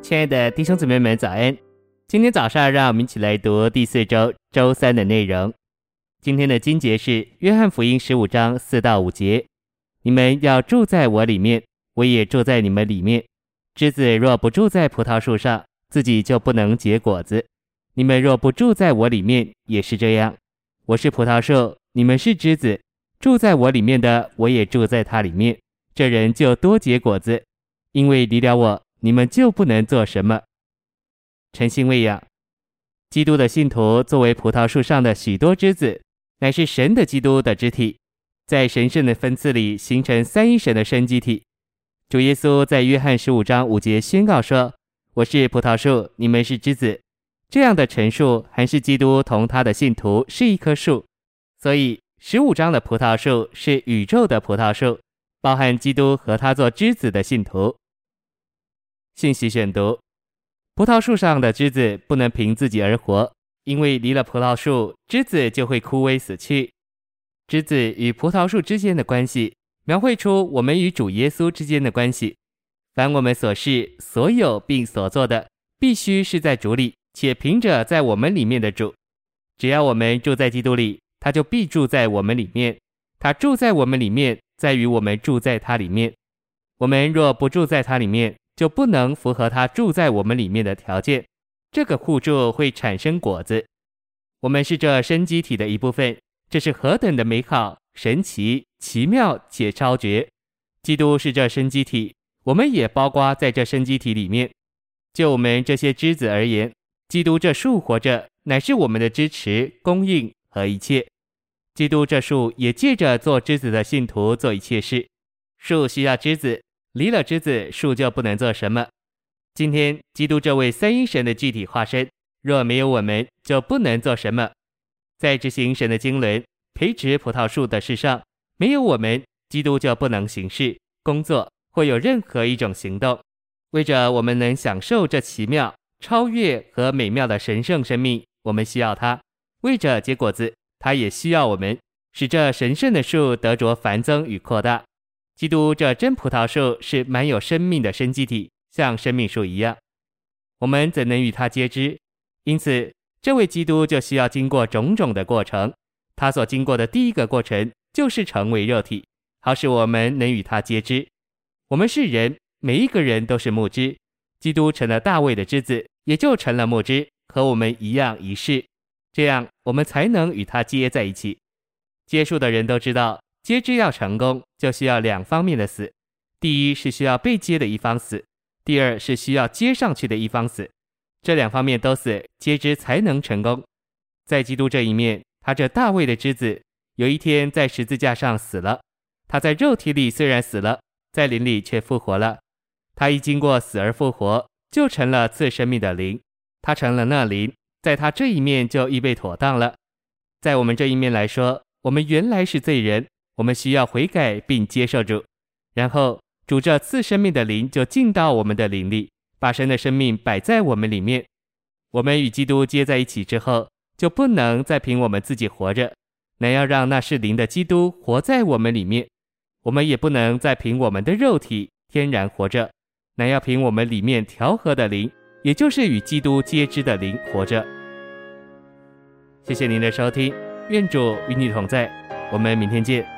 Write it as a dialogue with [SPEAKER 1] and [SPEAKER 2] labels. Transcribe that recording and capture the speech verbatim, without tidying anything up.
[SPEAKER 1] 亲爱的弟兄姊妹们早安，今天早上让我们一起来读第四周周三的内容。今天的经节是约翰福音十五章四到五节，你们要住在我里面，我也住在你们里面。枝子若不住在葡萄树上，自己就不能结果子。你们若不住在我里面，也是这样。我是葡萄树，你们是枝子，住在我里面的，我也住在他里面，这人就多结果子，因为离了我，你们就不能做什么。诚心喂养，基督的信徒作为葡萄树上的许多枝子，乃是神的基督的肢体，在神圣的分次里形成三一神的生机体。主耶稣在约翰十五章五节宣告说，我是葡萄树，你们是枝子。这样的陈述还是基督同他的信徒是一棵树，所以十五章的葡萄树是宇宙的葡萄树，包含基督和他做枝子的信徒。信息选读，葡萄树上的枝子不能凭自己而活，因为离了葡萄树，枝子就会枯萎死去。枝子与葡萄树之间的关系，描绘出我们与主耶稣之间的关系。凡我们所是、所有并所做的，必须是在主里，且凭着在我们里面的主。只要我们住在基督里，他就必住在我们里面。他住在我们里面，在于我们住在他里面。我们若不住在他里面，就不能符合他住在我们里面的条件。这个互助会产生果子。我们是这生机体的一部分，这是何等的美好、神奇、奇妙且超绝。基督是这生机体，我们也包括在这生机体里面。就我们这些枝子而言，基督这树活着，乃是我们的支持、供应和一切。基督这树也借着做枝子的信徒做一切事。树需要枝子，离了枝子，树就不能做什么。今天基督这位三一神的具体化身，若没有我们，就不能做什么。在执行神的经纶、培植葡萄树的事上，没有我们，基督就不能行事、工作或有任何一种行动。为着我们能享受这奇妙、超越和美妙的神圣生命，我们需要它。为着结果子，它也需要我们，使这神圣的树得着繁增与扩大。基督这真葡萄树是满有生命的生机体，像生命树一样。我们怎能与它接枝？因此，这位基督就需要经过种种的过程。他所经过的第一个过程，就是成为肉体，好使我们能与他接枝。我们是人，每一个人都是木枝。基督成了大卫的枝子，也就成了木枝，和我们一样一世。这样，我们才能与他接在一起。接树的人都知道，接枝要成功，就需要两方面的死。第一是需要被接的一方死，第二是需要接上去的一方死。这两方面都死，接枝才能成功。在基督这一面，他这大卫的枝子，有一天在十字架上死了。他在肉体里虽然死了，在灵里却复活了。他一经过死而复活，就成了赐生命的灵。他成了那灵，在他这一面就预备妥当了。在我们这一面来说，我们原来是罪人，我们需要悔改并接受主，然后主这赐生命的灵就进到我们的灵里，把神的生命摆在我们里面。我们与基督接在一起之后，就不能再凭我们自己活着，乃要让那是灵的基督活在我们里面。我们也不能再凭我们的肉体天然活着，乃要凭我们里面调和的灵，也就是与基督接枝的灵活着。谢谢您的收听，愿主与你同在，我们明天见。